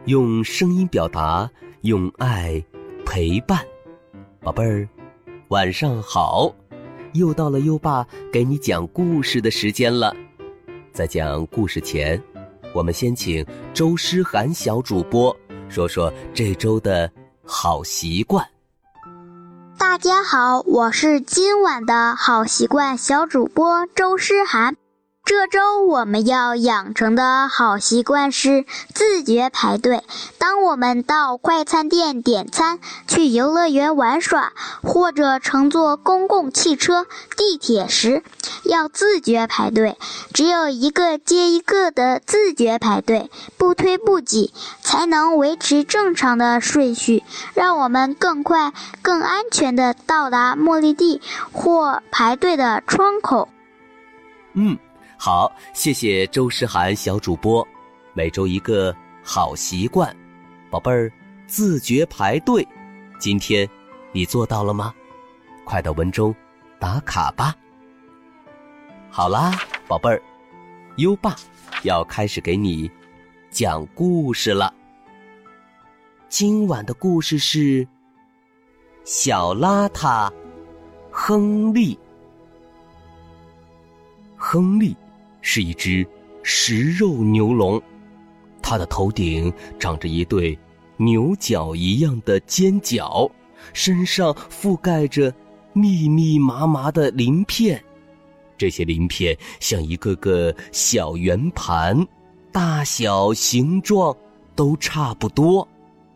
用声音表达，用爱陪伴。宝贝儿，晚上好，又到了优爸给你讲故事的时间了。在讲故事前，我们先请周诗涵小主播说说这周的好习惯。 大家好，我是今晚的好习惯小主播周诗涵。这周我们要养成的好习惯是自觉排队。当我们到快餐店点餐，去游乐园玩耍，或者乘坐公共汽车、地铁时，要自觉排队。只有一个接一个的自觉排队，不推不挤，才能维持正常的顺序，让我们更快、更安全地到达目的地或排队的窗口。 好，谢谢周诗涵小主播。每周一个好习惯，宝贝儿，自觉排队。今天你做到了吗？快到文中打卡吧。好啦，宝贝儿，优爸要开始给你讲故事了。今晚的故事是小邋遢亨利。亨利是一只食肉牛龙，它的头顶长着一对牛角一样的尖角，身上覆盖着密密麻麻的鳞片，这些鳞片像一个个小圆盘，大小形状都差不多。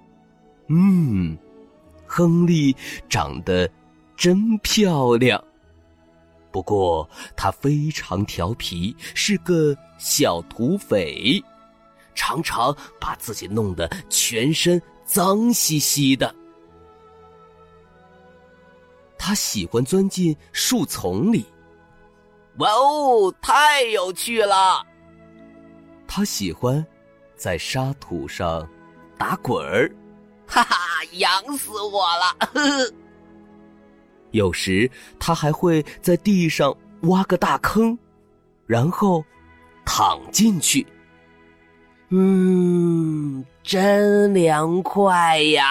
亨利长得真漂亮。不过他非常调皮，是个小土匪，常常把自己弄得全身脏兮兮的。他喜欢钻进树丛里，哇哦，太有趣了！他喜欢在沙土上打滚儿，哈哈，痒死我了！呵呵。有时他还会在地上挖个大坑，然后躺进去。真凉快呀！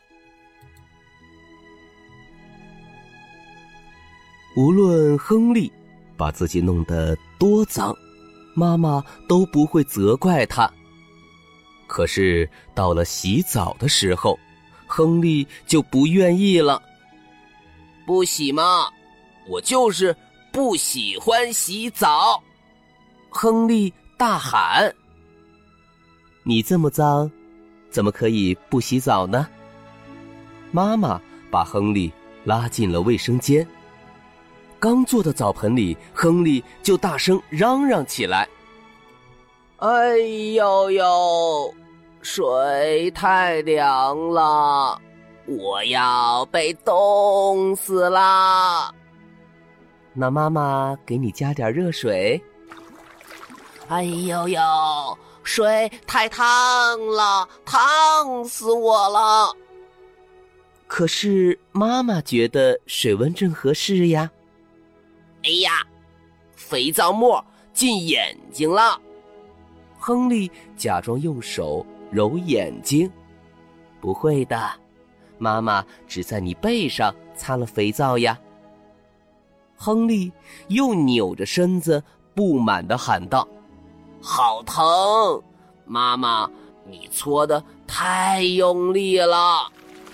无论亨利把自己弄得多脏，妈妈都不会责怪他。可是到了洗澡的时候，亨利就不愿意了。不洗吗？我就是不喜欢洗澡！亨利大喊。你这么脏，怎么可以不洗澡呢？妈妈把亨利拉进了卫生间。刚坐到澡盆里，亨利就大声嚷嚷起来：哎呦呦，水太凉了，我要被冻死啦！那妈妈给你加点热水。哎呦呦，水太烫了，烫死我了！可是妈妈觉得水温正合适呀。哎呀，肥皂沫进眼睛了！亨利假装用手揉眼睛。不会的，妈妈只在你背上擦了肥皂呀。亨利又扭着身子不满地喊道：好疼，妈妈，你搓得太用力了。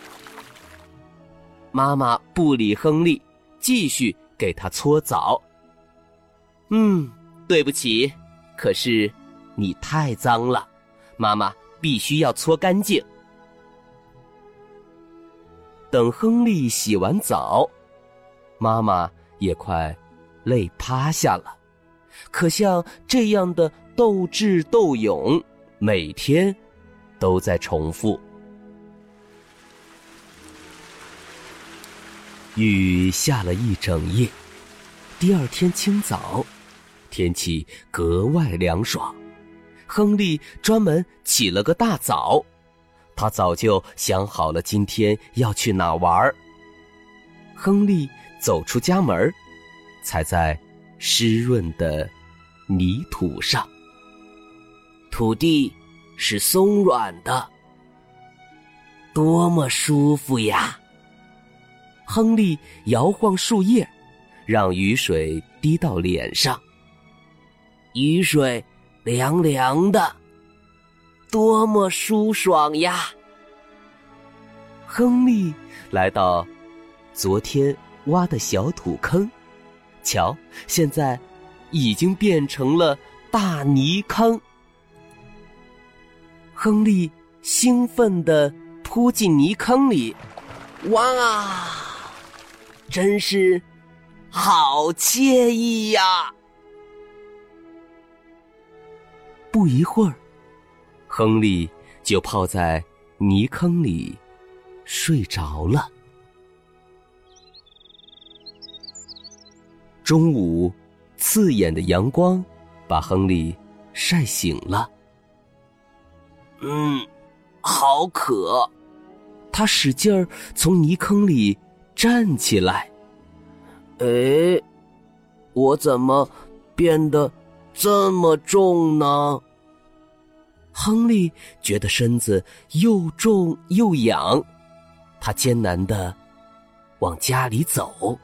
妈妈不理亨利，继续给他搓澡。对不起，可是你太脏了，妈妈必须要搓干净。等亨利洗完澡，妈妈也快累趴下了。可像这样的斗智斗勇，每天都在重复。雨下了一整夜，第二天清早，天气格外凉爽。亨利专门起了个大早，他早就想好了今天要去哪玩。亨利走出家门，踩在湿润的泥土上，土地是松软的，多么舒服呀！亨利摇晃树叶，让雨水滴到脸上，雨水凉凉的，多么舒爽呀！亨利来到昨天挖的小土坑，瞧，现在已经变成了大泥坑。亨利兴奋地扑进泥坑里，哇，真是好惬意呀！不一会儿，亨利就泡在泥坑里睡着了。中午，刺眼的阳光把亨利晒醒了。好渴。他使劲儿从泥坑里站起来。我怎么变得这么重呢？亨利觉得身子又重又痒，他艰难地往家里走。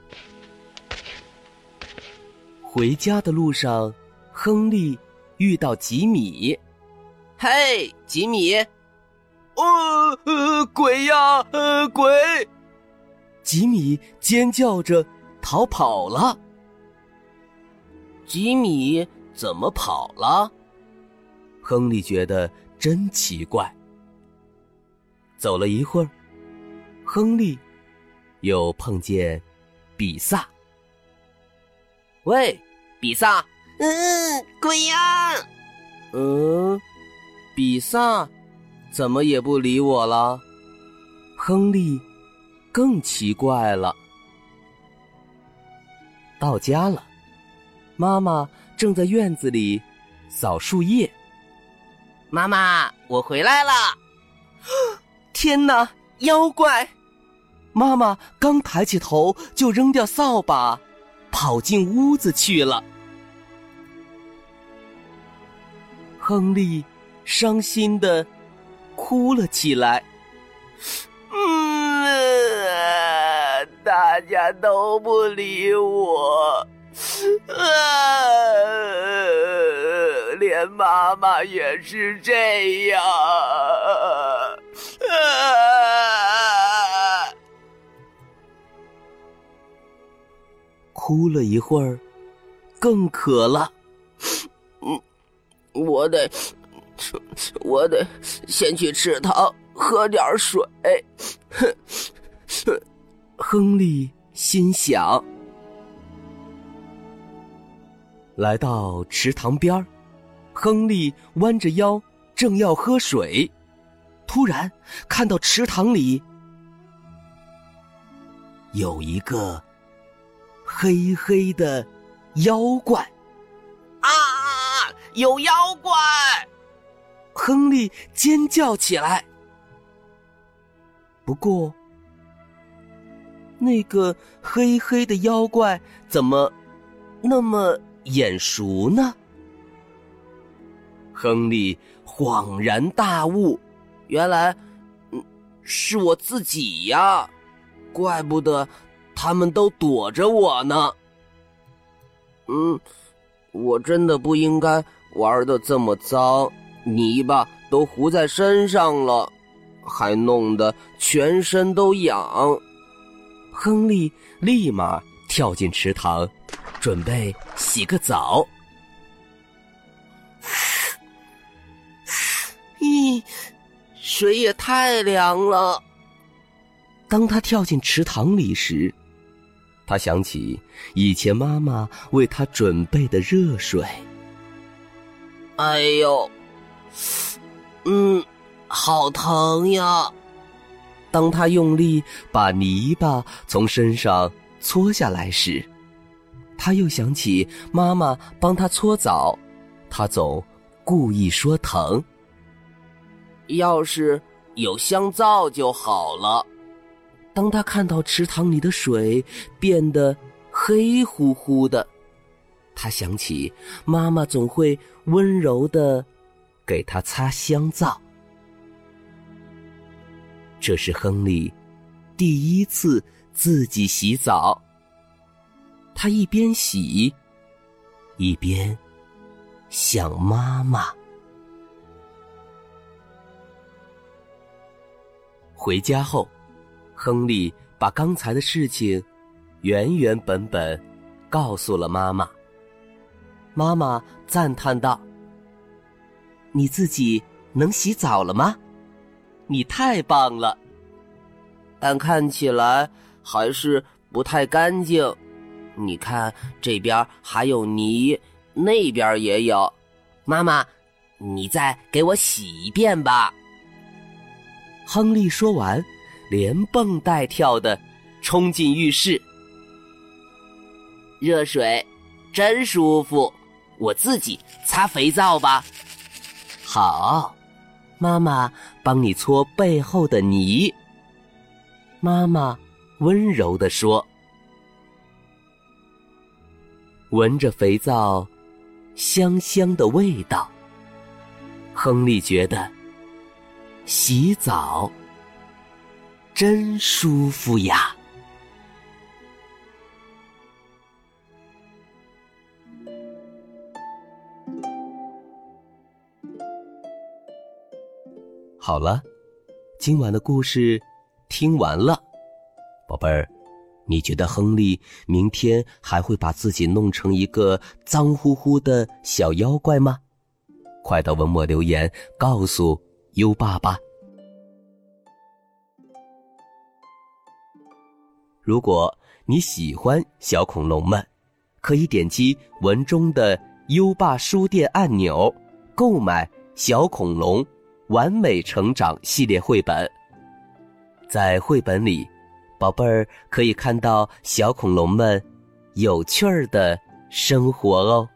回家的路上，亨利遇到吉米。嘿，吉米！鬼呀，鬼！吉米尖叫着逃跑了。吉米怎么跑了？亨利觉得真奇怪。走了一会儿，亨利又碰见比萨。喂，比萨！鬼呀！比萨怎么也不理我了？亨利更奇怪了。到家了，妈妈正在院子里扫树叶。妈妈，我回来了！天哪，妖怪！妈妈刚抬起头就扔掉扫把，跑进屋子去了。亨利伤心地哭了起来。大家都不理我，连妈妈也是这样。哭了一会儿，更渴了。我得先去池塘喝点水。亨利心想。来到池塘边，亨利弯着腰正要喝水，突然看到池塘里有一个黑黑的妖怪。啊！有妖怪！亨利尖叫起来。不过，那个黑黑的妖怪怎么那么眼熟呢？亨利恍然大悟，原来是我自己呀，怪不得他们都躲着我呢。我真的不应该玩得这么脏，泥巴都糊在身上了，还弄得全身都痒。亨利立马跳进池塘，准备洗个澡。水也太凉了。当他跳进池塘里时，他想起以前妈妈为他准备的热水。哎呦，好疼呀！当他用力把泥巴从身上搓下来时，他又想起妈妈帮他搓澡，他总故意说疼。要是有香皂就好了。当他看到池塘里的水变得黑乎乎的，他想起妈妈总会温柔地给他擦香皂。这是亨利第一次自己洗澡，他一边洗一边想妈妈。回家后，亨利把刚才的事情原原本本告诉了妈妈。妈妈赞叹道：“你自己能洗澡了吗？你太棒了。但看起来还是不太干净。你看，这边还有泥，那边也有。妈妈，你再给我洗一遍吧。”亨利说完，连蹦带跳地冲进浴室。热水真舒服，我自己擦肥皂吧。好，妈妈帮你搓背后的泥。妈妈温柔地说。闻着肥皂香香的味道，亨利觉得洗澡真舒服呀。好了，今晚的故事听完了。宝贝儿，你觉得亨利明天还会把自己弄成一个脏乎乎的小妖怪吗？快到文末留言告诉优爸吧。如果你喜欢小恐龙们，可以点击文中的优爸书店按钮，购买小恐龙完美成长系列绘本。在绘本里，宝贝儿可以看到小恐龙们有趣儿的生活哦。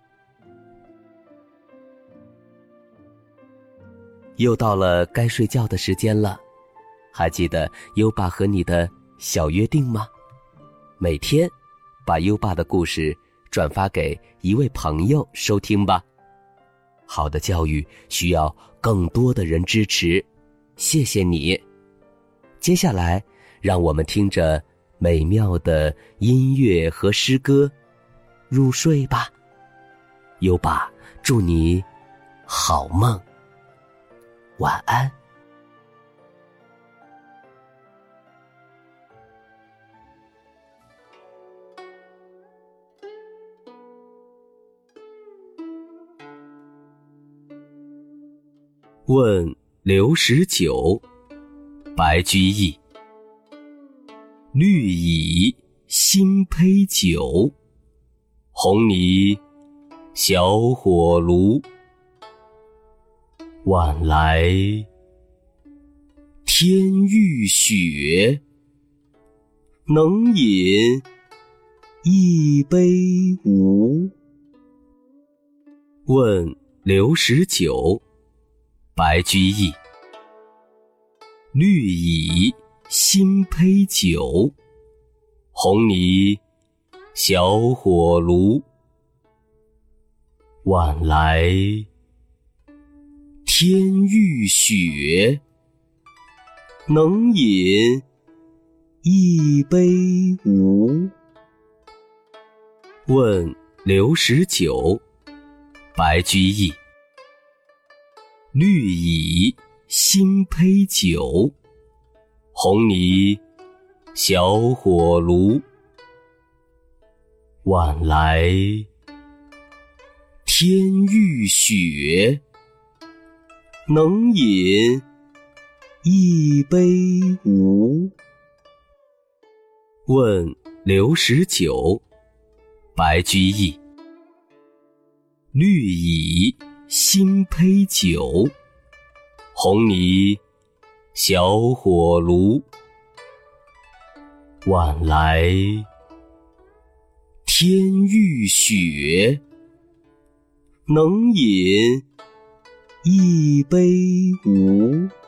又到了该睡觉的时间了，还记得优爸和你的小约定吗？每天把优爸的故事转发给一位朋友收听吧。好的教育需要更多的人支持，谢谢你。接下来让我们听着美妙的音乐和诗歌入睡吧。优爸祝你好梦，晚安。问刘十九，白居易。绿蚁新醅酒，红泥小火炉。晚来天欲雪，能饮一杯无？问刘十九，白居易。绿蚁新醅酒，红泥小火炉。晚来天欲雪，能饮一杯无？问刘十九，白居易。绿蚁新醅酒，红泥小火炉。晚来天欲雪，能饮一杯无？问刘十九，白居易。绿蚁新醅酒，红泥小火炉。晚来天欲雪，能饮一杯无？